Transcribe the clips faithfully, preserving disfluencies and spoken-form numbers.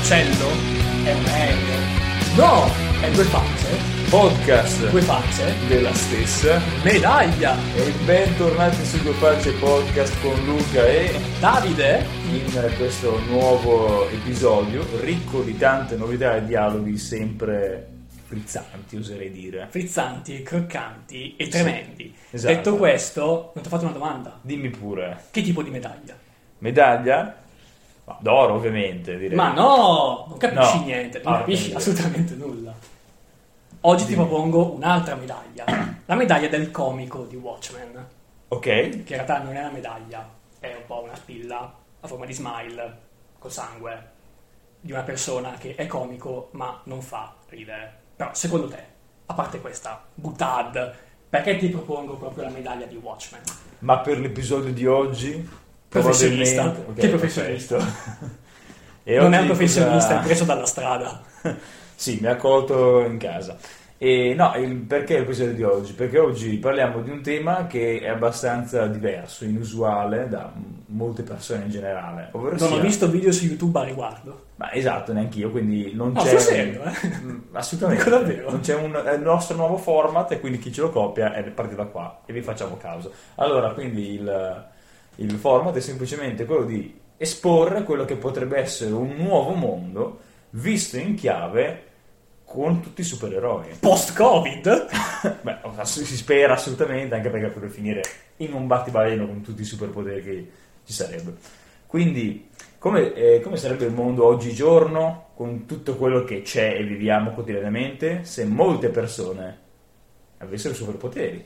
uccello? È un aereo? No, è due facce. Podcast Due facce della stessa medaglia. e bentornati su Due Facce Podcast con Luca e Davide in questo nuovo episodio ricco di tante novità e dialoghi sempre frizzanti, oserei dire. frizzanti, croccanti e tremendi. Sì, esatto. Detto questo, non ti ho fatto una domanda. Dimmi pure. Che tipo di medaglia? Medaglia? Ma d'oro ovviamente, direi. Ma no, non capisci No. niente, non Ah, capisci ok. assolutamente nulla. Oggi ti Dimmi. propongo un'altra medaglia, la medaglia del comico di Watchmen, Ok. che in realtà non è una medaglia, è un po' una spilla a forma di smile col sangue di una persona che è comico ma non fa ridere. Però secondo te, a parte questa butad, perché ti propongo proprio la medaglia di Watchmen? Ma per l'episodio di oggi Professionista. probabilmente- ok, Che professionista? perfetto. E Non è oggi un professionista, cosa- è preso dalla strada. Sì, mi ha colto in casa. E no, il, perché l'episodio di oggi? Perché oggi parliamo di un tema che è abbastanza diverso, inusuale da m- molte persone in generale. Ovvero Non sia- ho visto video su YouTube a riguardo. Ma esatto, neanch'io, quindi non No, c'è... sul serio, eh? Mm, assolutamente. Dico davvero. Non c'è un, è il nostro nuovo format e quindi chi ce lo copia è parte da qua e vi facciamo causa. Allora, quindi il, il format è semplicemente quello di esporre quello che potrebbe essere un nuovo mondo visto in chiave con tutti i supereroi. Post-Covid? Beh, ass- si spera assolutamente, anche perché potrebbe finire in un battibaleno con tutti i superpoteri che ci sarebbe. Quindi, come, eh, come sarebbe il mondo oggigiorno, con tutto quello che c'è e viviamo quotidianamente, se molte persone avessero superpoteri?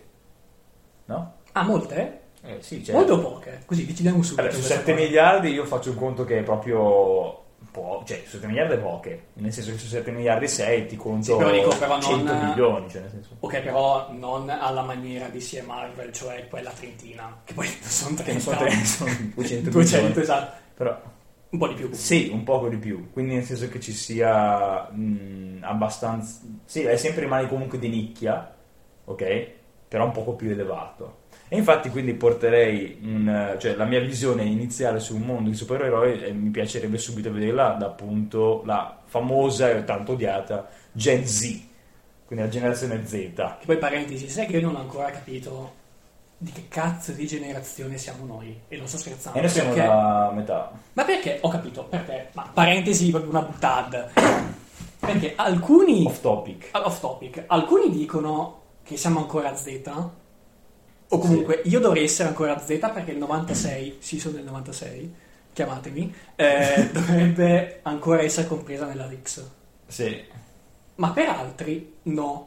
No? Ah, molte? Eh sì, cioè... Molte o poche? Così decidiamo subito. Vabbè, su questa sette cosa. miliardi io faccio un conto che è proprio... Po- cioè, su sette miliardi è poche, nel senso che su sette miliardi sei ti conto Sì, però dico, però non- cento milioni, cioè nel senso... Ok, però non alla maniera di C M Marvel, cioè quella trentina, che poi sono Che non trenta. sono tre, sono duecento duecento, milioni. esatto. Però Un po' di più. sì, un poco di più, quindi nel senso che ci sia mh, abbastanza... Sì, è sempre rimane comunque di nicchia, ok? Però un poco più elevato. E infatti quindi porterei un, cioè la mia visione iniziale su un mondo di supereroi e mi piacerebbe subito vederla da appunto la famosa e tanto odiata Gen Z, quindi la generazione Z. Che poi parentesi, sai che io non ho ancora capito di che cazzo di generazione siamo noi? E non sto scherzando. E noi siamo perché... la metà. Ma perché? Ho capito, perché? Ma parentesi, proprio una butad. Perché alcuni... Off topic. Off topic. Alcuni dicono che siamo ancora Z, o comunque io dovrei essere ancora Z perché il novantasei, sì, sono del novantasei, chiamatemi, eh, dovrebbe ancora essere compresa nella R I X. Sì. Ma per altri no.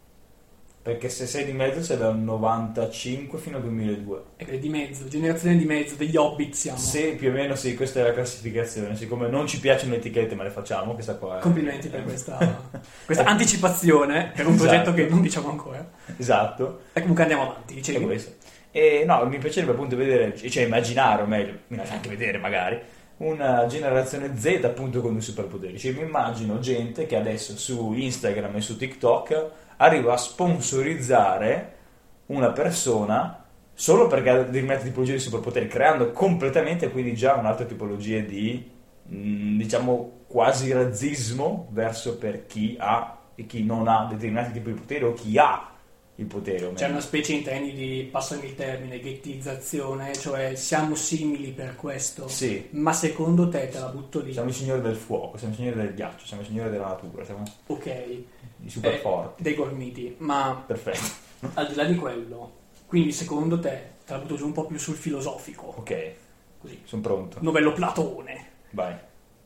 Perché se sei di mezzo sei dal novantacinque fino al duemiladue. Ed è di mezzo, generazione di mezzo, degli hobbit siamo. Sì, più o meno sì, questa è la classificazione. Siccome non ci piacciono le etichette, ma le facciamo, questa qua è... Complimenti per questa, questa anticipazione per un progetto Esatto. che non diciamo ancora. Esatto, E comunque andiamo avanti, è dicevi. questo. E no, mi piacerebbe appunto vedere, cioè immaginare, o meglio, anche vedere magari, una generazione Z appunto con i superpoteri. Cioè mi immagino gente che adesso su Instagram e su TikTok arriva a sponsorizzare una persona solo perché ha determinate tipologie di superpoteri, creando completamente quindi già un'altra tipologia di, mh, diciamo, quasi razzismo verso per chi ha e chi non ha determinati tipi di poteri o chi ha il potere. O C'è meglio. una specie in termini di, passami il termine, ghettizzazione, cioè siamo simili per questo. Sì. Ma secondo te, te la butto lì, Siamo i signori del fuoco, siamo i signori del ghiaccio, siamo i signori della natura, siamo ok, i super eh, forti. dei gormiti, ma Perfetto. al di là di quello, quindi secondo te, te la butto giù un po' più sul filosofico, Ok, così, sono pronto. novello Platone, Vai.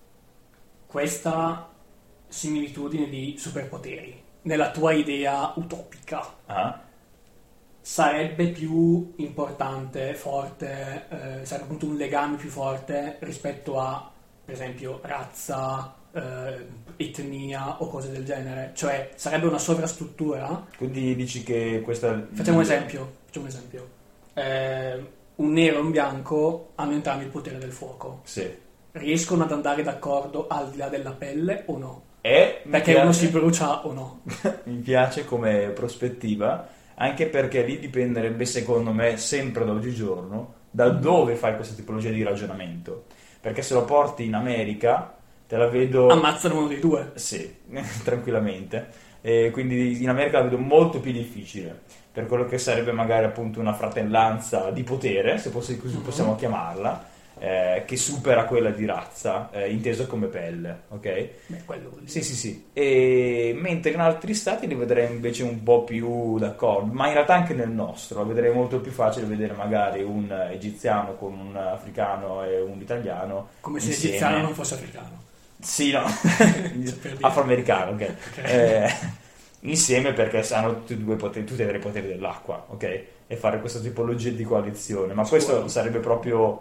questa similitudine di superpoteri, nella tua idea utopica, Ah. sarebbe più importante, forte, eh, sarebbe appunto un legame più forte rispetto a, per esempio, razza, eh, etnia o cose del genere? Cioè, sarebbe una sovrastruttura? Quindi dici che questa... Facciamo un esempio, facciamo un esempio. Eh, un nero e un bianco hanno entrambi il potere del fuoco. Sì. Riescono ad andare d'accordo al di là della pelle o no? E mi Perché piace- uno si brucia o no? mi piace come prospettiva, anche perché lì dipenderebbe, secondo me, sempre da oggigiorno, da dove fai questa tipologia di ragionamento. Perché se lo porti in America, te la vedo... Ammazzano uno dei due. Sì, tranquillamente. E quindi in America la vedo molto più difficile per quello che sarebbe magari appunto una fratellanza di potere, se così possiamo mm-hmm. chiamarla, eh, che supera quella di razza, eh, inteso come pelle, ok? Beh, quello vuol dire. Sì, sì, sì. E mentre in altri stati li vedrei invece un po' più d'accordo, ma in realtà anche nel nostro, la vedrei molto più facile vedere magari un egiziano con un africano e un italiano. Come se l'egiziano non fosse africano. Sì, no, afroamericano, ok. okay. Eh, insieme perché hanno tutti e due poteri, tutti e tre i poteri dell'acqua, ok? E fare questa tipologia di coalizione, ma questo Scuola. sarebbe proprio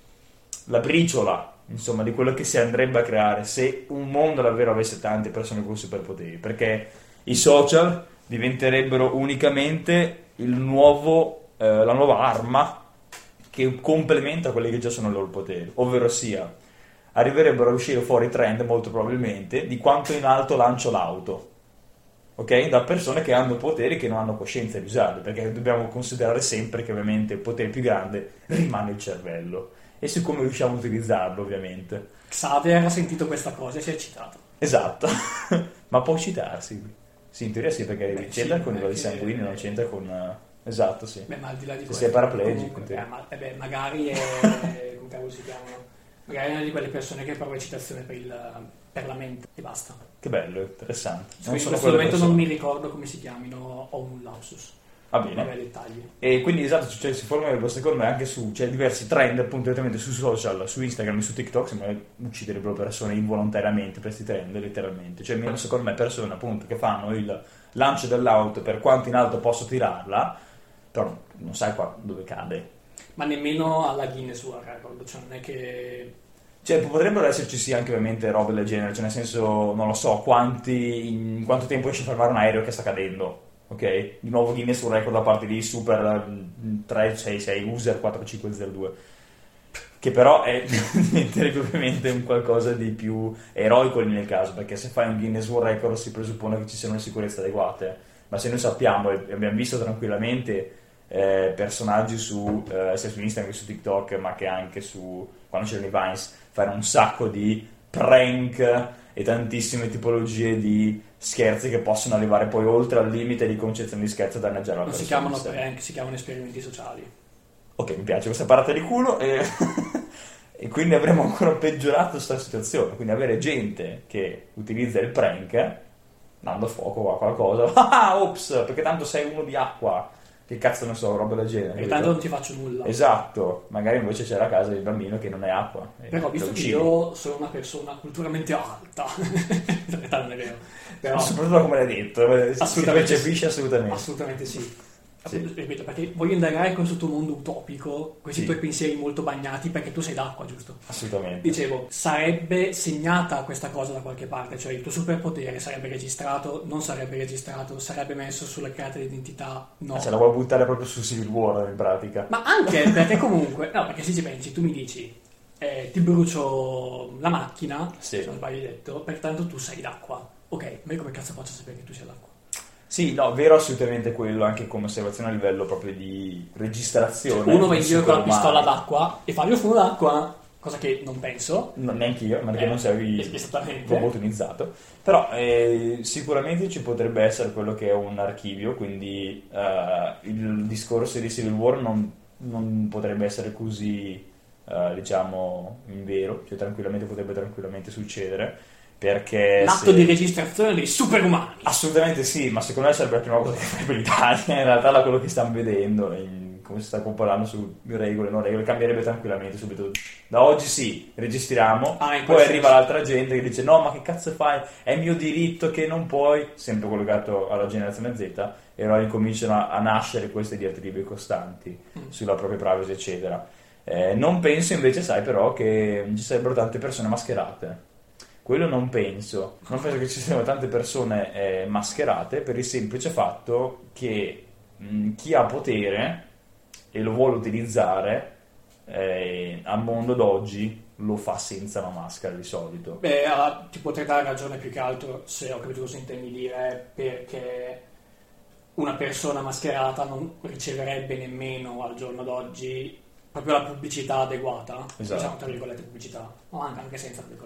la briciola, insomma, di quello che si andrebbe a creare se un mondo davvero avesse tante persone con superpoteri, perché i social diventerebbero unicamente il nuovo, eh, la nuova arma che complementa quelli che già sono i loro poteri, ovvero sia arriverebbero a uscire fuori trend molto probabilmente di quanto in alto lancio l'auto, ok? Da persone che hanno poteri che non hanno coscienza di usarli, perché dobbiamo considerare sempre che ovviamente il potere più grande rimane il cervello e su come riusciamo a utilizzarlo, ovviamente. Xavier ha sentito questa cosa e si è eccitato. Esatto, ma può citarsi. Sì, in teoria sì, perché Beh, c'entra sì, con i livelli sanguigni, non c'entra con... Uh... Esatto, sì. Beh, ma al di là di se questo... sei paraplegico. Comunque, eh, ma, eh beh, magari è... come cavolo si chiamano? Magari è una di quelle persone che prova eccitazione per, il, per la mente e basta. Che bello, interessante. Non in questo momento persone. non mi ricordo come si chiamino, ho un lapsus. Va bene. Dettagli. E quindi esatto, cioè, si formerebbe secondo me anche su cioè, diversi trend appunto direttamente su social, su Instagram e su TikTok, secondo me ucciderebbero persone involontariamente per questi trend, letteralmente. Cioè secondo me persone appunto che fanno il lancio dell'auto per quanto in alto posso tirarla, però non sai qua dove cade. Ma nemmeno alla Guinness World Record, cioè non è che... Cioè potrebbero esserci sì anche ovviamente robe del genere, cioè nel senso, non lo so, quanti, in quanto tempo riesce a fermare un aereo che sta cadendo, ok? Di nuovo Guinness World Record da parte di Super tre sei sei User quattro cinque zero due, che però è diventerebbe ovviamente un qualcosa di più eroico nel caso, perché se fai un Guinness World Record si presuppone che ci siano le sicurezze adeguate, ma se noi sappiamo e abbiamo visto tranquillamente... Eh, personaggi su eh, sia su Instagram che su TikTok, ma che anche su quando c'erano i Vines, fare un sacco di prank e tantissime tipologie di scherzi che possono arrivare poi oltre al limite di concezione di scherzo e danneggiare la non persona. Si chiamano prank, si chiamano esperimenti sociali. Ok, mi piace questa parata di culo e, e quindi avremo ancora peggiorato questa situazione, quindi avere gente che utilizza il prank dando fuoco a qualcosa. Ah, ops, perché tanto sei uno di acqua. Che cazzo ne so, roba del genere. E tanto non ti faccio nulla. Esatto, magari invece c'è la casa del bambino che non è acqua. Però visto che io sono una persona culturalmente alta, in realtà non è vero. Però... soprattutto come l'hai detto, assolutamente si percepisce assolutamente. Assolutamente sì. Sì. Ripeto, perché voglio indagare con questo tuo mondo utopico, questi sì. tuoi pensieri molto bagnati, perché tu sei d'acqua, giusto? Assolutamente. Dicevo, sarebbe segnata questa cosa da qualche parte, cioè il tuo superpotere sarebbe registrato, non sarebbe registrato, sarebbe messo sulla carta d'identità, no. Ah, ce la vuoi buttare proprio su Civil War in pratica. Ma anche perché comunque, no, perché se ci pensi, tu mi dici, eh, ti brucio la macchina, sì. se non sbaglio detto, pertanto tu sei d'acqua. Ok, ma io come cazzo faccio a sapere che tu sia d'acqua? Sì, no, vero assolutamente quello, anche come osservazione a livello proprio di registrazione. Cioè, uno va in giro con la pistola d'acqua e fa io fumo d'acqua, cosa che non penso. Non, neanche io, ma perché eh, non sei esattamente utilizzato. Però eh, sicuramente ci potrebbe essere quello che è un archivio, quindi eh, il discorso di Civil War non, non potrebbe essere così, eh, diciamo, in vero, cioè tranquillamente potrebbe tranquillamente succedere. Perché l'atto se... di registrazione dei superumani. Assolutamente sì, ma secondo me sarebbe la prima cosa che farebbe l'Italia, in realtà da quello che stiamo vedendo, in, come si sta comparando su regole, non regole, cambierebbe tranquillamente subito. Da oggi sì, registriamo, ah, poi arriva l'altra gente che dice no ma che cazzo fai, è mio diritto che non puoi, sempre collegato alla generazione Z, e allora incominciano a, a nascere queste diatribe costanti mm. sulla propria privacy eccetera. Eh, non penso invece, sai però, che ci sarebbero tante persone mascherate. Quello non penso, non penso che ci siano tante persone eh, mascherate per il semplice fatto che mh, chi ha potere e lo vuole utilizzare eh, al mondo d'oggi lo fa senza una maschera di solito. Beh, allora, ti potrei dare ragione più che altro, se ho capito cosa intendi dire, perché una persona mascherata non riceverebbe nemmeno al giorno d'oggi proprio la pubblicità adeguata, esatto. diciamo tra virgolette pubblicità, o anche, anche senza tra virgolette.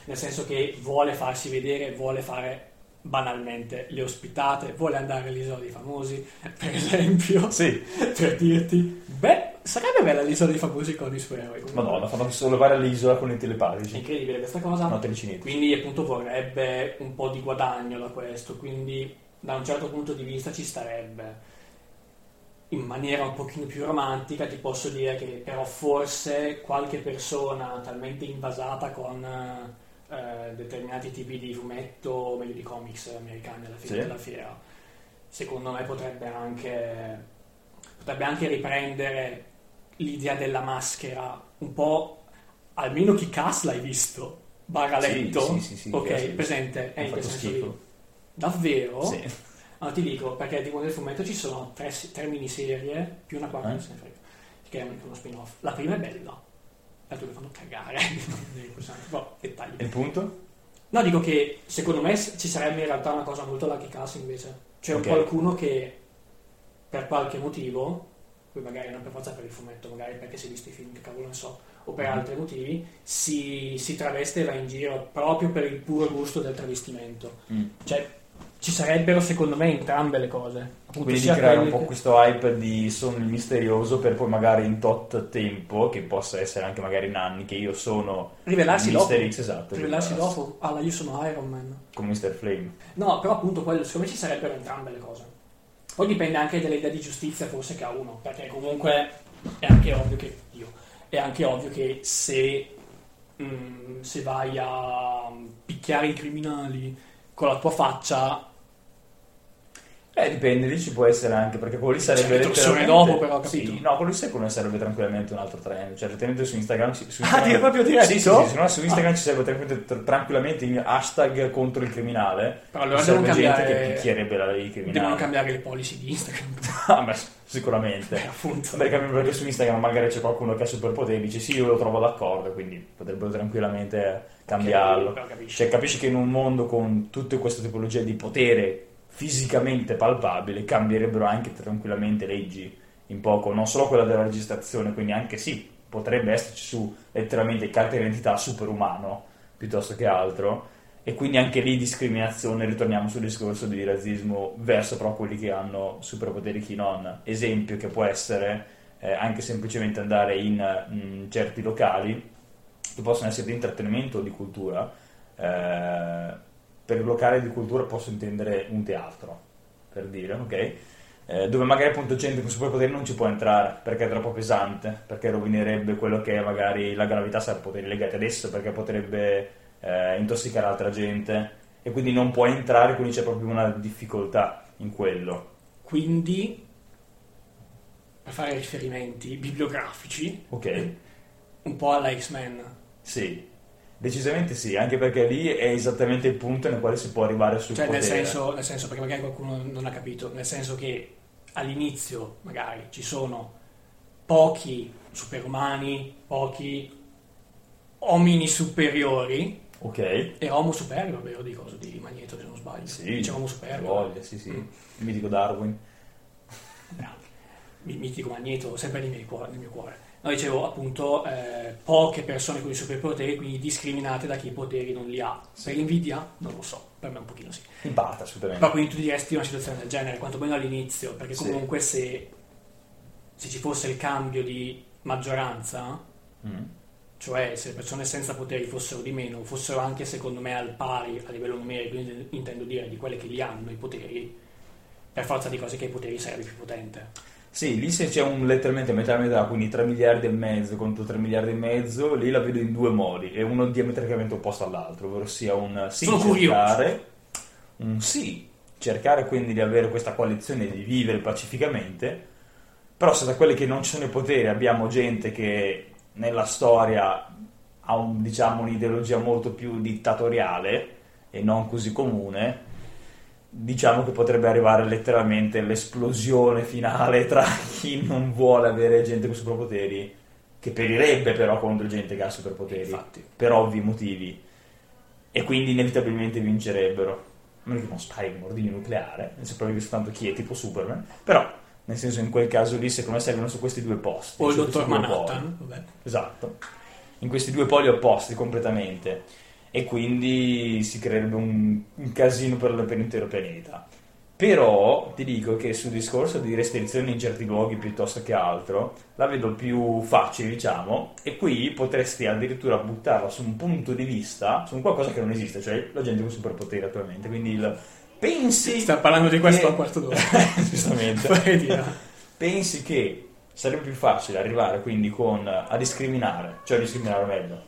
nel senso che vuole farsi vedere, vuole fare banalmente le ospitate, vuole andare all'Isola dei Famosi, per esempio, Sì. per dirti, beh, sarebbe bella l'Isola dei Famosi con i suoi eroi. comunque. Madonna, fanno sollevare all'isola con i È telepatici. incredibile questa cosa. No, telecinesi. Quindi appunto vorrebbe un po' di guadagno da questo, quindi da un certo punto di vista ci starebbe. In maniera un pochino più romantica ti posso dire che però forse qualche persona talmente invasata con eh, determinati tipi di fumetto, o meglio di comics americani alla fine Sì. della fiera, secondo me potrebbe anche potrebbe anche riprendere l'idea della maschera un po', almeno chi cast l'hai visto, Baraletto, Sì, sì, sì, sì, ok, sì. presente, è Ha in quel fatto senso lì. schifo. Davvero? Sì. No, ti dico, perché tipo nel fumetto ci sono tre, tre miniserie, più una quarta, Eh? non se ne frega, che è anche uno spin-off. La prima è bella, le altre mi fanno cagare, però dettagli. E il punto? No, dico che secondo me s- ci sarebbe in realtà una cosa molto lucky cast invece. C'è Ok. un qualcuno che per qualche motivo, poi magari non per forza per il fumetto, magari perché si è visto i film, che cavolo ne so, o per Mhm. altri motivi, si, si traveste e va in giro proprio per il puro gusto del travestimento. Mm. Cioè, ci sarebbero secondo me entrambe le cose. Appunto, Quindi di sia creare un quelli po' che- questo hype di sono il misterioso per poi magari in tot tempo, che possa essere anche magari in anni, che io sono rivelarsi il dopo. mister X, esatto. Rivelarsi rivelarsi. dopo. Ah, io sono Iron Man. Come mister Flame. No, però appunto quello, secondo me ci sarebbero entrambe le cose. Poi dipende anche dall'idea di giustizia forse che ha uno, perché comunque è anche ovvio che io, è anche ovvio che se, mm, se vai a picchiare i criminali con la tua faccia, Eh, dipende, lì ci può essere anche, perché quello lì sarebbe Cioè, ritorsione letteralmente... dopo, però, capito? Sì, no, quello lì secondo me sarebbe tranquillamente un altro trend. Cioè, letteralmente su Instagram... Su Ah, Instagram dire proprio diretto? Sì, sì, sì, secondo me su Instagram ci sarebbe tranquillamente, tranquillamente il hashtag contro il criminale. però allora Ci sarebbe devono gente cambiare, che picchierebbe la, i devono criminali. cambiare le policy di Instagram. Ah, beh, sicuramente. Eh, appunto. Perché, perché su Instagram magari c'è qualcuno che ha superpoteri e dice sì, io lo trovo d'accordo, quindi potrebbero tranquillamente cambiarlo. Ok, però capisci. Cioè, capisci che in un mondo con tutte queste tipologie di potere fisicamente palpabile cambierebbero anche tranquillamente leggi in poco, non solo quella della registrazione, quindi anche sì, potrebbe esserci su letteralmente carta d'identità superumano piuttosto che altro, e quindi anche lì discriminazione, ritorniamo sul discorso di razzismo verso però quelli che hanno superpoteri, chi non. Esempio che può essere eh, anche semplicemente andare in mh, certi locali che possono essere di intrattenimento o di cultura. eh, per il locale di cultura posso intendere un teatro, per dire, ok? Eh, dove magari appunto gente con superpoteri non ci può entrare perché è troppo pesante, perché rovinerebbe quello che è magari la gravità, se ha poteri legati adesso, perché potrebbe eh, intossicare altra gente, e quindi non può entrare, quindi c'è proprio una difficoltà in quello. Quindi, per fare riferimenti bibliografici, Ok? un po' alla X-Men. Sì, decisamente sì, anche perché lì è esattamente il punto nel quale si può arrivare sul Cioè, nel potere. senso, nel senso, perché magari qualcuno non ha capito, nel senso che all'inizio magari ci sono pochi superumani, pochi uomini superiori, Ok? era Homo superior, vero, di cosa, di Magneto, se non sbaglio. Sì, Diceva Homo superior. voglia, sì, sì. Mm. Il mitico Darwin. Mi- mitico Magneto, sempre nel mio cuore. Nel mio cuore. No, dicevo appunto eh, poche persone con i superpoteri, quindi discriminate da chi i poteri non li ha. Sì. Per invidia? Non lo so, per me un pochino sì. In parte, assolutamente. Però quindi tu diresti una situazione del genere, quantomeno all'inizio, perché Sì. comunque se, se ci fosse il cambio di maggioranza, Mm. cioè se le persone senza poteri fossero di meno, fossero anche secondo me al pari a livello numerico, quindi intendo dire di quelle che li hanno i poteri, per forza di cose che i poteri sarebbe più potente. Sì, lì se c'è un letteralmente metà e metà, quindi tre miliardi e mezzo contro tre miliardi e mezzo, lì la vedo in due modi, e uno diametricamente opposto all'altro, ovvero sia un sì, Sono cercare, un sì, cercare quindi di avere questa coalizione, di vivere pacificamente, però se da quelli che non ci sono i poteri abbiamo gente che nella storia ha un, diciamo, un'ideologia molto più dittatoriale e non così comune, diciamo che potrebbe arrivare letteralmente l'esplosione finale tra chi non vuole avere gente con superpoteri, che perirebbe però contro gente che ha superpoteri, Infatti. per ovvi motivi, e quindi inevitabilmente vincerebbero. A meno che non spari un ordigno nucleare, ne sopravvive soltanto chi è tipo Superman, però nel senso in quel caso lì secondo me servono su questi due posti. O il su dottor questi due Manhattan, poli. vabbè. Esatto, in questi due poli opposti completamente. e quindi si creerebbe un, un casino per, per l'intero pianeta. Però ti dico che sul discorso di restrizioni in certi luoghi piuttosto che altro la vedo più facile, diciamo, e qui potresti addirittura buttarla su un punto di vista, su un qualcosa che non esiste, cioè la gente con superpoteri attualmente, quindi il pensi... Sta parlando di questo che... a quarto d'ora. Giustamente. Pensi che sarebbe più facile arrivare quindi con a discriminare, cioè a discriminare meglio.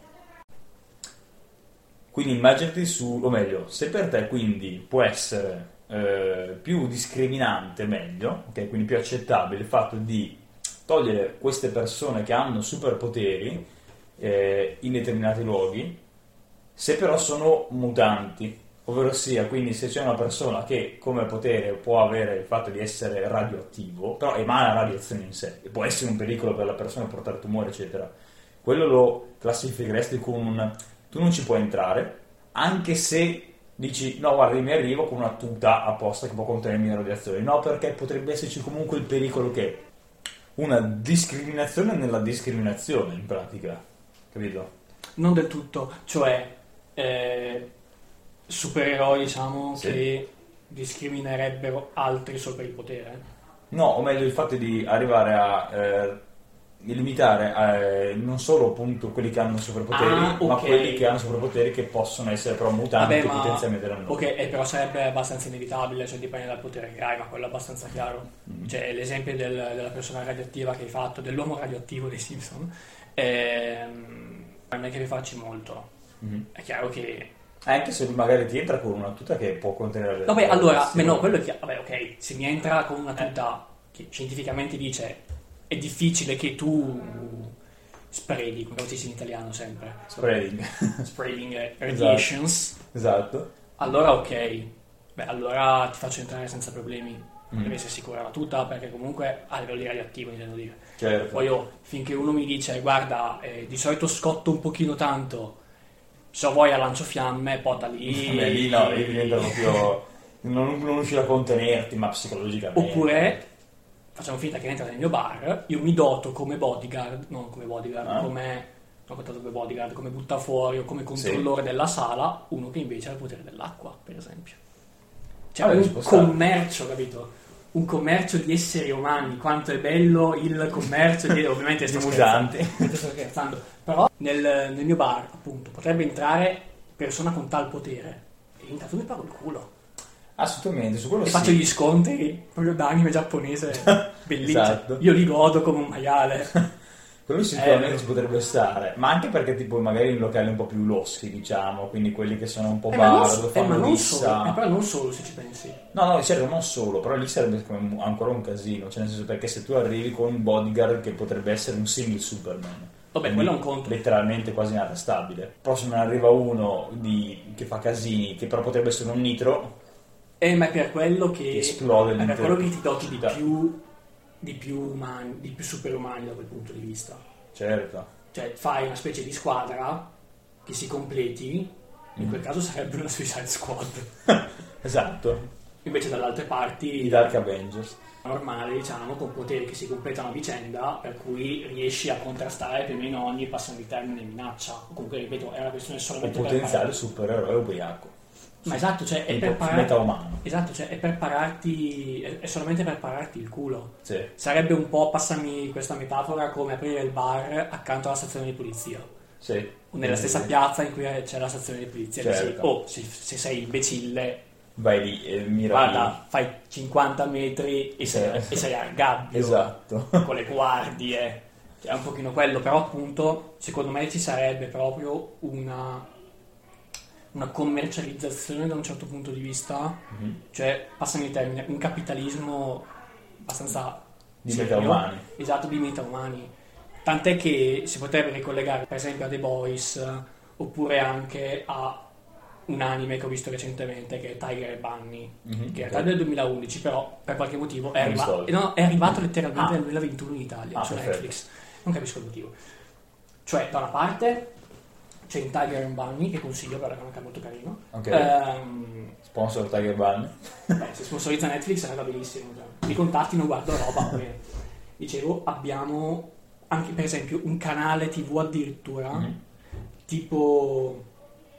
Quindi immaginati su, o meglio, se per te quindi può essere eh, più discriminante meglio, ok, quindi più accettabile il fatto di togliere queste persone che hanno superpoteri eh, in determinati luoghi, se però sono mutanti. Ovvero sia, quindi se c'è una persona che come potere può avere il fatto di essere radioattivo, però emana radiazione in sé, e può essere un pericolo per la persona, portare tumore, eccetera, quello lo classificheresti con un... tu non ci puoi entrare, anche se dici, no guarda, io mi arrivo con una tuta apposta che può contenermi le radiazioni, no, perché potrebbe esserci comunque il pericolo che una discriminazione nella discriminazione, in pratica, capito? Non del tutto, cioè... Eh... supereroi, diciamo, sì. che discriminerebbero altri solo per il potere? No, o meglio il fatto di arrivare a eh, limitare eh, non solo appunto quelli che hanno superpoteri, ah, okay. ma quelli che hanno superpoteri che possono essere però mutanti. Vabbè, ma... potenzialmente non. Ok, e però sarebbe abbastanza inevitabile, cioè dipende dal potere che hai, ma quello è abbastanza chiaro. Mm. Cioè l'esempio del, della persona radioattiva che hai fatto, dell'uomo radioattivo dei Simpson, ehm, non è che vi facci molto. Mm. È chiaro che anche se magari ti entra con una tuta che può contenere le... Vabbè, allora, beh, no, quello è chiaro. Vabbè, ok, se mi entra con una tuta eh. che scientificamente dice è difficile che tu spreadi, come si dice in italiano sempre? Spreading. Spreading radiations. Esatto. Allora, ok. Beh, allora ti faccio entrare senza problemi. Mm. Deve essere sicura la tuta, perché comunque a livello di radioattivo, intendo dire. Certo. Poi io, finché uno mi dice, guarda, eh, di solito scotto un pochino tanto... se vuoi a lanciofiamme, pota lì... Beh, lì no, lì diventa proprio... non, non riuscire a contenerti, ma psicologicamente. Oppure, facciamo finta che entra nel mio bar, io mi doto come bodyguard, non come bodyguard, ah. come... non contato come bodyguard, come buttafuori o come controllore sì. della sala, uno che invece ha il potere dell'acqua, per esempio. Cioè Vabbè, un commercio, capito? Un commercio di esseri umani, quanto è bello il commercio di... ovviamente sto mutanti. Sto scherzando. Però nel, nel mio bar, appunto, potrebbe entrare persona con tal potere e intanto mi pago il culo. Assolutamente, su quello e sì. faccio gli sconti proprio da anime giapponese, bellissimo. Esatto. Io li godo come un maiale. Quello sicuramente eh, ci potrebbe stare, ma anche perché tipo magari in locali un po' più loschi, diciamo, quindi quelli che sono un po' eh, bar, dove so, fanno eh, ma lissa. Eh, però non solo, se ci pensi. No, no, certo, non solo, però lì sarebbe come ancora un casino, cioè nel senso perché se tu arrivi con un bodyguard che potrebbe essere un single Superman, vabbè, quello è un conto. Letteralmente quasi inarrestabile. Però se non arriva uno di, che fa casini, che però potrebbe essere un nitro, eh, ma è per quello che, che esplode è per quello che ti doti di più, di più umani, di più superumani da quel punto di vista. Certo. Cioè fai una specie di squadra che si completi, in mm. quel caso sarebbe una Suicide Squad. Esatto. Invece dalle altre parti i Dark Avengers normali, diciamo, con poteri che si completano a vicenda, per cui riesci a contrastare più o meno ogni passano di termine minaccia. Comunque ripeto, è una questione solamente un potenziale supereroe ubriaco. Ma esatto, cioè è, è per pararti, metaumano. Esatto, cioè è per pararti, è, è solamente per pararti il culo. Sì. Sarebbe un po', passami questa metafora, come aprire il bar accanto alla stazione di polizia. Sì. Nella stessa sì. piazza in cui c'è la stazione di polizia. Certo. O oh, se, se sei imbecille, vai lì e mira guarda, lì. fai cinquanta metri e sei, e sei al gabbio. Esatto. Con le guardie. Cioè, è un pochino quello, però appunto, secondo me ci sarebbe proprio una... una commercializzazione da un certo punto di vista, mm-hmm. cioè, passami il termine, un capitalismo abbastanza di metaumani. Esatto, di metaumani. Tant'è che si potrebbe ricollegare per esempio a The Boys, oppure anche a un anime che ho visto recentemente che è Tiger e Bunny, mm-hmm, che è okay. del duemilaundici, però per qualche motivo è, arriva- no, è arrivato letteralmente ah. nel duemilaventuno in Italia, ah, su perfetto. Netflix. Non capisco il motivo. Cioè, da una parte c'è in Tiger and Bunny, che consiglio perché è molto carino. Okay. Um, sponsor Tiger Bunny. Beh, se sponsorizza Netflix sarà benissimo. Cioè. Mi contatti, guardo roba. Dicevo, abbiamo anche per esempio un canale tivù addirittura, mm-hmm. tipo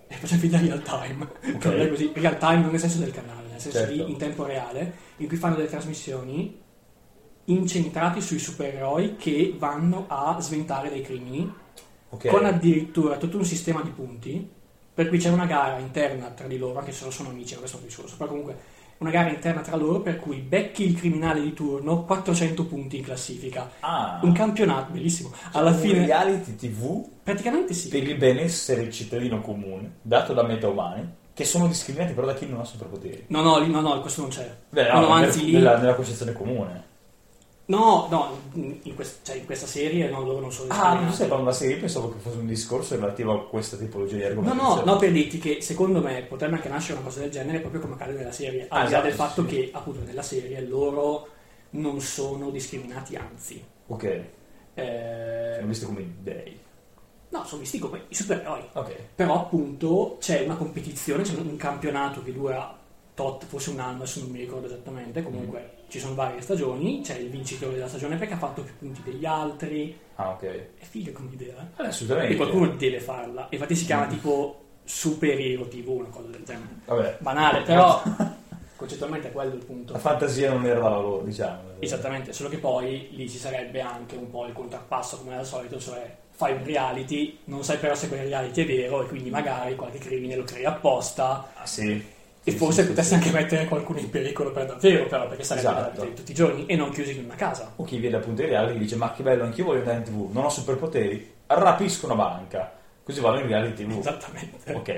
e facciamo finta real time, Ok. non è così, real time non nel senso del canale, nel senso Certo. di in tempo reale, in cui fanno delle trasmissioni incentrati sui supereroi che vanno a sventare dei crimini, Ok. con addirittura tutto un sistema di punti, per cui c'è una gara interna tra di loro, anche se non sono amici, non questo è un discorso, però comunque una gara interna tra loro per cui becchi il criminale di turno, quattrocento punti in classifica. Ah, Un campionato, bellissimo. Alla un fine, reality tivù praticamente sì. per il benessere del cittadino comune, dato da metaumani, che sono discriminati però da chi non ha superpoteri. No, no, lì- no, no, questo non c'è. Beh, no, no, nella- anzi lì... nella, nella concezione comune. No, no, in, quest- cioè, in questa serie no, loro non sono Ah, discriminati. non stai parlando della serie, io pensavo che fosse un discorso relativo a questa tipologia di No, argomentazione. no, no, per dirti che secondo me potrebbe anche nascere una cosa del genere proprio come accade nella serie, al Ah, di là esatto, del fatto sì. che appunto nella serie loro non sono discriminati, anzi. Ok, Eh, sono visti come dei. no, sono visti come i supereroi. Ok. Però appunto c'è una competizione, c'è un campionato che dura tot, forse un anno, adesso non mi ricordo esattamente, comunque Mm. ci sono varie stagioni, c'è il vincitore della stagione perché ha fatto più punti degli altri, Ah, ok. è figa come idea, eh? Eh, assolutamente. E qualcuno deve farla, infatti si chiama Mm. tipo superhero tivù, una cosa del genere. Vabbè. Banale, però concettualmente è quello il punto. La fantasia non era la loro, diciamo. Esattamente, solo che poi lì ci sarebbe anche un po' il contrappasso come al solito, cioè fai un reality, non sai però se quel reality è vero e quindi magari qualche crimine lo crei apposta Ah, sì. e Sì, forse sì, potresti sì, anche sì. mettere qualcuno in pericolo per davvero, però perché sarebbe Esatto. la vita di tutti i giorni e non chiusi in una casa. O chi vede appunto i reality dice ma che bello, anch'io voglio andare in tv, non ho superpoteri, rapisco una banca, così vado in reality tv. Esattamente. Ok.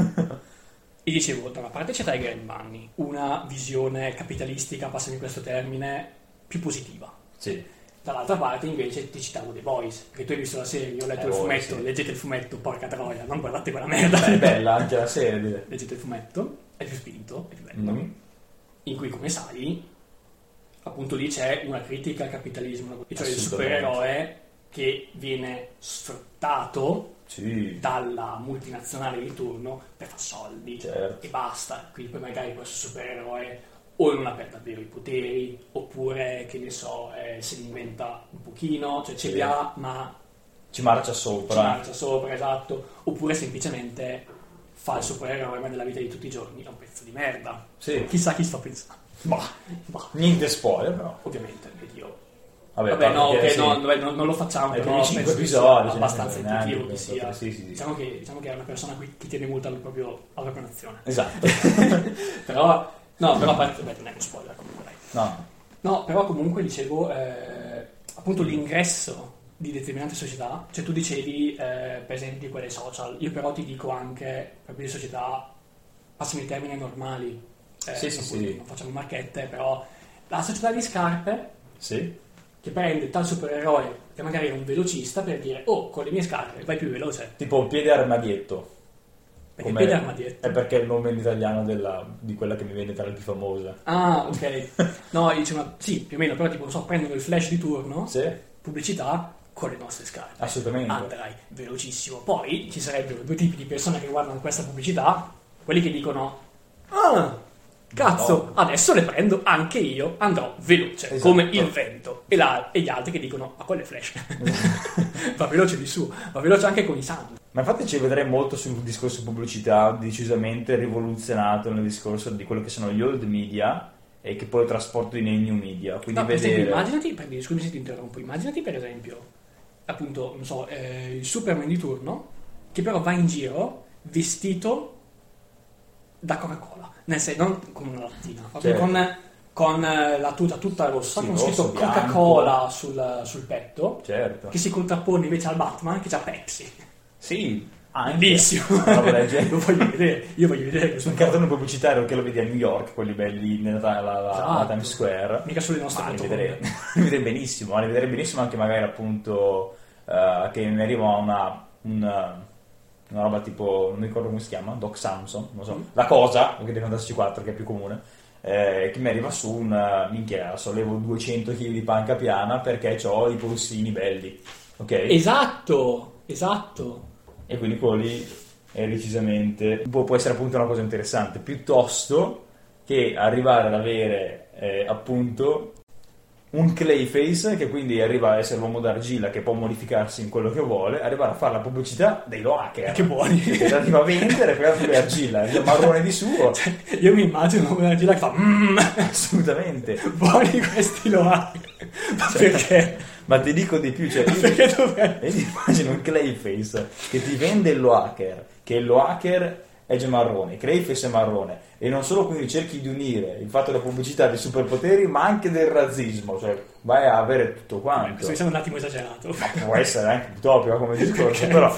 E dicevo, da una parte c'è Tiger and Bunny, una visione capitalistica, passami questo termine, più positiva. Sì. Dall'altra parte invece ti citavo The Boys, perché tu hai visto la serie, io ho letto Eh, il voi, fumetto, sì. leggete il fumetto, porca troia, non guardate quella merda. Beh, è bella anche la serie. Leggete il fumetto, è più spinto, è più bello, Mm. in cui come sai, appunto lì c'è una critica al capitalismo, cioè il Assolutamente. supereroe che viene sfruttato Sì. dalla multinazionale di turno per far soldi Certo. e basta, quindi poi magari questo supereroe o non ha per davvero i poteri oppure che ne so eh, se li inventa un pochino, cioè ce Sì. li ha ma Ci marcia ci sopra. marcia sopra, esatto, oppure semplicemente fa il supereroe ma nella vita di tutti i giorni è un pezzo di merda, Sì. chissà chi sto pensando. Bah. Bah, Niente spoiler però. ovviamente ed io Vabbè, vabbè no, perché, ok, sì. no, vabbè, non, non lo facciamo, Ai però primi cinque penso che sia episodi, ce ne abbastanza sono neanche, intuitivo che penso, sia. sì, sì, sì. Diciamo, che, diciamo che è una persona qui che tiene molto al proprio, alla propria nazione. Esatto. Però, no, però a parte, beh, non è uno spoiler comunque, dai. No. No, però comunque dicevo, eh, appunto l'ingresso di determinate società, cioè tu dicevi, eh, per esempio, quelle social, io però ti dico anche, proprio di società, passami il termine, normali. Eh, Sì, sì, appunto, sì. Non facciamo marchette, però la società di scarpe Sì. che prende tal supereroe che magari è un velocista per dire oh con le mie scarpe vai più veloce Tipo piede armadietto. perché Come- piede armadietto. È perché è il nome in italiano della, di quella che mi viene tra le più famose. Ah, ok. No, dice una sì, più o meno, però tipo non so, prendono il flash di turno, Sì, pubblicità con le nostre scarpe. assolutamente. Andrai velocissimo. Poi ci sarebbero due tipi di persone che guardano questa pubblicità, quelli che dicono ah, cazzo, No. adesso le prendo anche io, andrò veloce, Esatto. come il vento. E, la- e gli altri che dicono ma quello è flash. Va veloce di su, va veloce anche con i santi. Ma infatti ci vedrei molto sul discorso pubblicità, decisamente rivoluzionato nel discorso di quello che sono gli old media e che poi trasporto nei new media. Quindi No, per vedere... esempio, immaginati, per dire, scusami se ti interrompo, immaginati per esempio, appunto, non so, eh, il Superman di turno, che però va in giro vestito da Coca-Cola, nel senso, non con una lattina, proprio Certo. con, con eh, la tuta tutta rossa, Sì, con rosso, scritto bianco. Coca-Cola sul, sul petto, Certo. che si contrappone invece al Batman che ha Pepsi. Sì, anche. Bellissimo! Una roba del genere. Lo voglio vedere, io voglio vedere questo. Un cartone pubblicitario che lo vedi a New York, quelli belli nella, la- la- la Esatto. Times Square. Mica solo le nostre Ma li foto. vedrei, li vedrei benissimo, ma li vedrei benissimo anche magari appunto eh, che mi arriva una, una, una roba tipo, non mi ricordo come si chiama, Doc Samson, non so, Mm. la cosa, perché deve andarci quattro che è più comune, eh, che mi arriva su un, minchia, sollevo duecento chili di panca piana perché ho i polsini belli, ok? Esatto, esatto. E quindi quello lì è decisamente può, può essere appunto una cosa interessante piuttosto che arrivare ad avere eh, appunto un Clayface che quindi arriva a essere l'uomo d'argilla che può modificarsi in quello che vuole, arrivare a fare la pubblicità dei Loacker. Che buoni! Che arriva a vendere, poi le argilla, il marrone di suo. Cioè, io mi immagino l'uomo d'argilla che fa mmm, assolutamente. Buoni questi Loacker! Ma Cioè, perché? Ma ti dico di più, cioè, io, Perché dov'è? io ti immagino un Clayface che ti vende il Loacker, che il Loacker è marrone, Clayface è marrone, e non solo, quindi cerchi di unire il fatto della pubblicità dei superpoteri ma anche del razzismo, cioè vai a avere tutto quanto. Questo mi sembra un attimo esagerato. Ma può essere anche utopico come discorso, però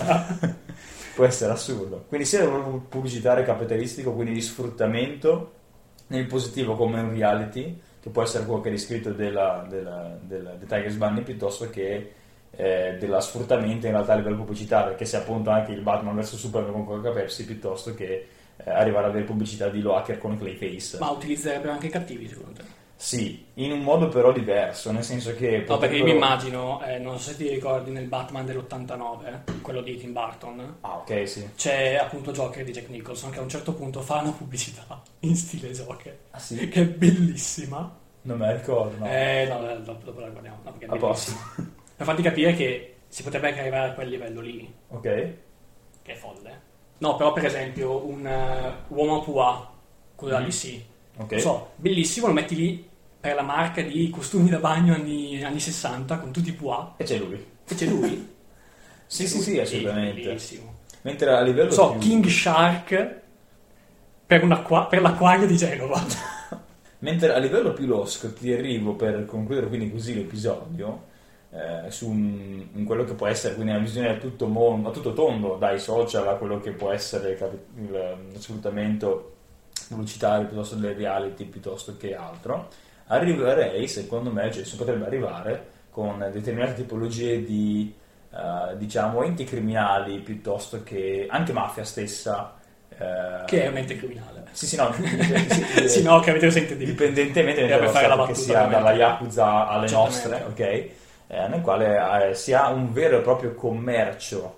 può essere assurdo. Quindi sia un pubblicitario capitalistico, quindi di sfruttamento nel positivo come un reality, che può essere quello che è descritto della, della, della, di Tiger's Bunny, piuttosto che eh, della sfruttamento in realtà a livello pubblicitario, che sia appunto anche il Batman versus Superman con Coca-Pepsi, piuttosto che eh, arrivare a avere pubblicità di Loacker con Clayface. Ma utilizzerebbero anche i cattivi, secondo te? Sì, in un modo però diverso, nel senso che... No, perché io mi immagino, eh, non so se ti ricordi nel Batman dell'ottantanove, quello di Tim Burton, Ah, ok, sì. c'è appunto Joker di Jack Nicholson che a un certo punto fa una pubblicità in stile Joker, Ah, sì? che è bellissima. Non me la ricordo, no. Eh, no, eh, dopo, dopo la guardiamo, no, perché è A posto. bellissima. Per farti capire che si potrebbe anche arrivare a quel livello lì, Ok. che è folle. No, però per esempio un uh, uomo a Pua, quello della D C, Ok. non so, bellissimo, lo metti lì per la marca di costumi da bagno anni, anni sessanta con tutti i Pua, E c'è lui. e c'è lui. Sì, sì, sì, È assolutamente. bellissimo. Mentre a livello Non so, più... King Shark per, un acqua- per l'acquario di Genova. Mentre a livello più losco ti arrivo per concludere quindi così l'episodio eh, su un, in quello che può essere quindi una visione a tutto, mondo, a tutto tondo, dai social a quello che può essere il, capi- il, il sfruttamento pubblicitario piuttosto delle reality piuttosto che altro. Arriverei, secondo me, cioè si potrebbe arrivare con determinate tipologie di eh, diciamo enti criminali piuttosto che anche mafia stessa, eh, Che è un ente criminale. sì sì no sì, Sì, no, che avete sentito di dipendentemente Era per fare la che battuta, sia ovviamente. dalla Yakuza alle Certamente. nostre, ok? Eh, nel quale eh, si ha un vero e proprio commercio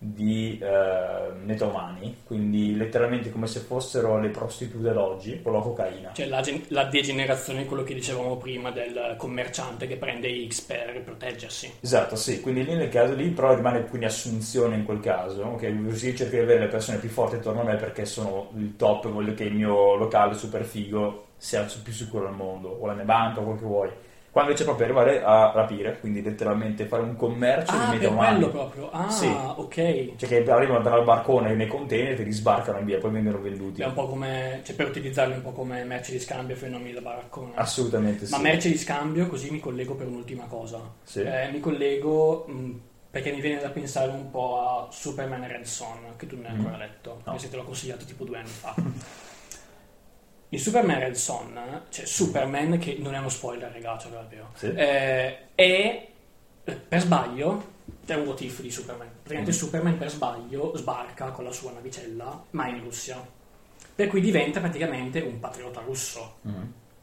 di eh, netomani, quindi letteralmente come se fossero le prostitute d'oggi con la cocaina. Cioè la, gen- la degenerazione di quello che dicevamo prima del commerciante che prende X per proteggersi. Esatto, sì, quindi lì nel caso lì però rimane quindi assunzione in quel caso, ok? Si cerca di avere le persone più forti attorno a me perché sono il top e voglio che il mio locale super figo sia il più sicuro al mondo, o la mia banca o quel che vuoi. Quando invece proprio arrivare a rapire, quindi letteralmente fare un commercio Ah, di per netomani. quello proprio. Ah, Sì. ok. Cioè che arrivano dal barcone nei container, ti risbarcano in via, poi vengono venduti. È un po' come, cioè per utilizzarli un po' come merce di scambio fenomeni da baraccone. Assolutamente sì. Ma merce di scambio, così mi collego per un'ultima cosa. Sì. Eh, mi collego mh, perché mi viene da pensare un po' a Superman Red Son, che tu non hai ancora Mm. letto, No. anche se te l'ho consigliato tipo due anni fa. In Superman Red Son, c'è Superman, che non è uno spoiler, ragazzi, proprio, Sì. eh, è eh, per sbaglio, è un what if di Superman. Praticamente Mm. Superman per sbaglio sbarca con la sua navicella, ma in Russia. Per cui diventa praticamente un patriota russo. Mm.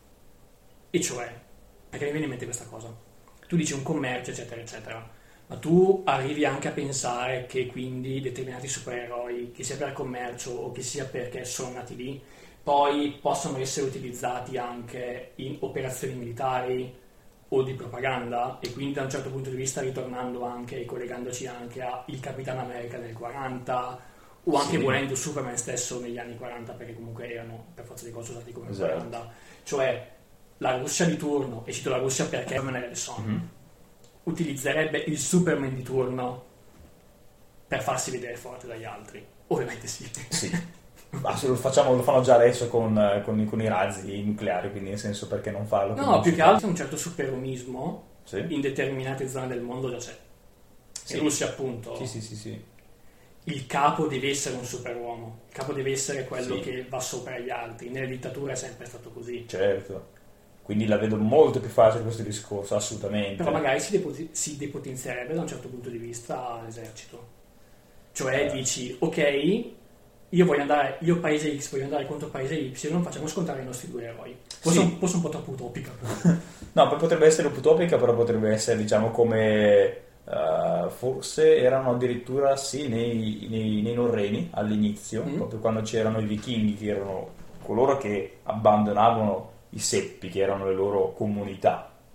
E cioè, perché mi viene in mente questa cosa? Tu dici un commercio, eccetera, eccetera, ma tu arrivi anche a pensare che quindi determinati supereroi, che sia per commercio o che sia perché sono nati lì, poi possono essere utilizzati anche in operazioni militari o di propaganda, e quindi da un certo punto di vista ritornando anche e collegandoci anche a il Capitan America del quaranta, o anche Sì. volendo Superman stesso negli anni quaranta, perché comunque erano per forza di cose usati come Esatto. propaganda. Cioè la Russia di turno, e cito la Russia perché Superman è il son, Mm. utilizzerebbe il Superman di turno per farsi vedere forte dagli altri. Ovviamente sì. Sì. Ma se lo, facciamo, lo fanno già adesso con, eh, con, i- con i razzi nucleari, quindi nel senso perché non farlo? No, Come più si che fa? altro un certo superuomismo Sì. in determinate zone del mondo già c'è. Sì. In Russia appunto Sì, sì, sì, sì. il capo deve essere un superuomo, il capo deve essere quello Sì. che va sopra gli altri. Nelle dittature è sempre stato così. Certo. Quindi la vedo molto più facile questo discorso, assolutamente. Però magari si, depo- si depotenzierebbe da un certo punto di vista l'esercito. Cioè Eh. dici, ok, io voglio andare, io paese X voglio andare contro paese Y, non facciamo scontare i nostri due eroi. Forse, Sì. un, forse un po' troppo utopica. Però. No, poi potrebbe essere utopica, però potrebbe essere, diciamo, come eh, forse erano addirittura, sì, nei, nei, nei norreni all'inizio, Mm. proprio quando c'erano i vichinghi, che erano coloro che abbandonavano i seppi, che erano le loro comunità,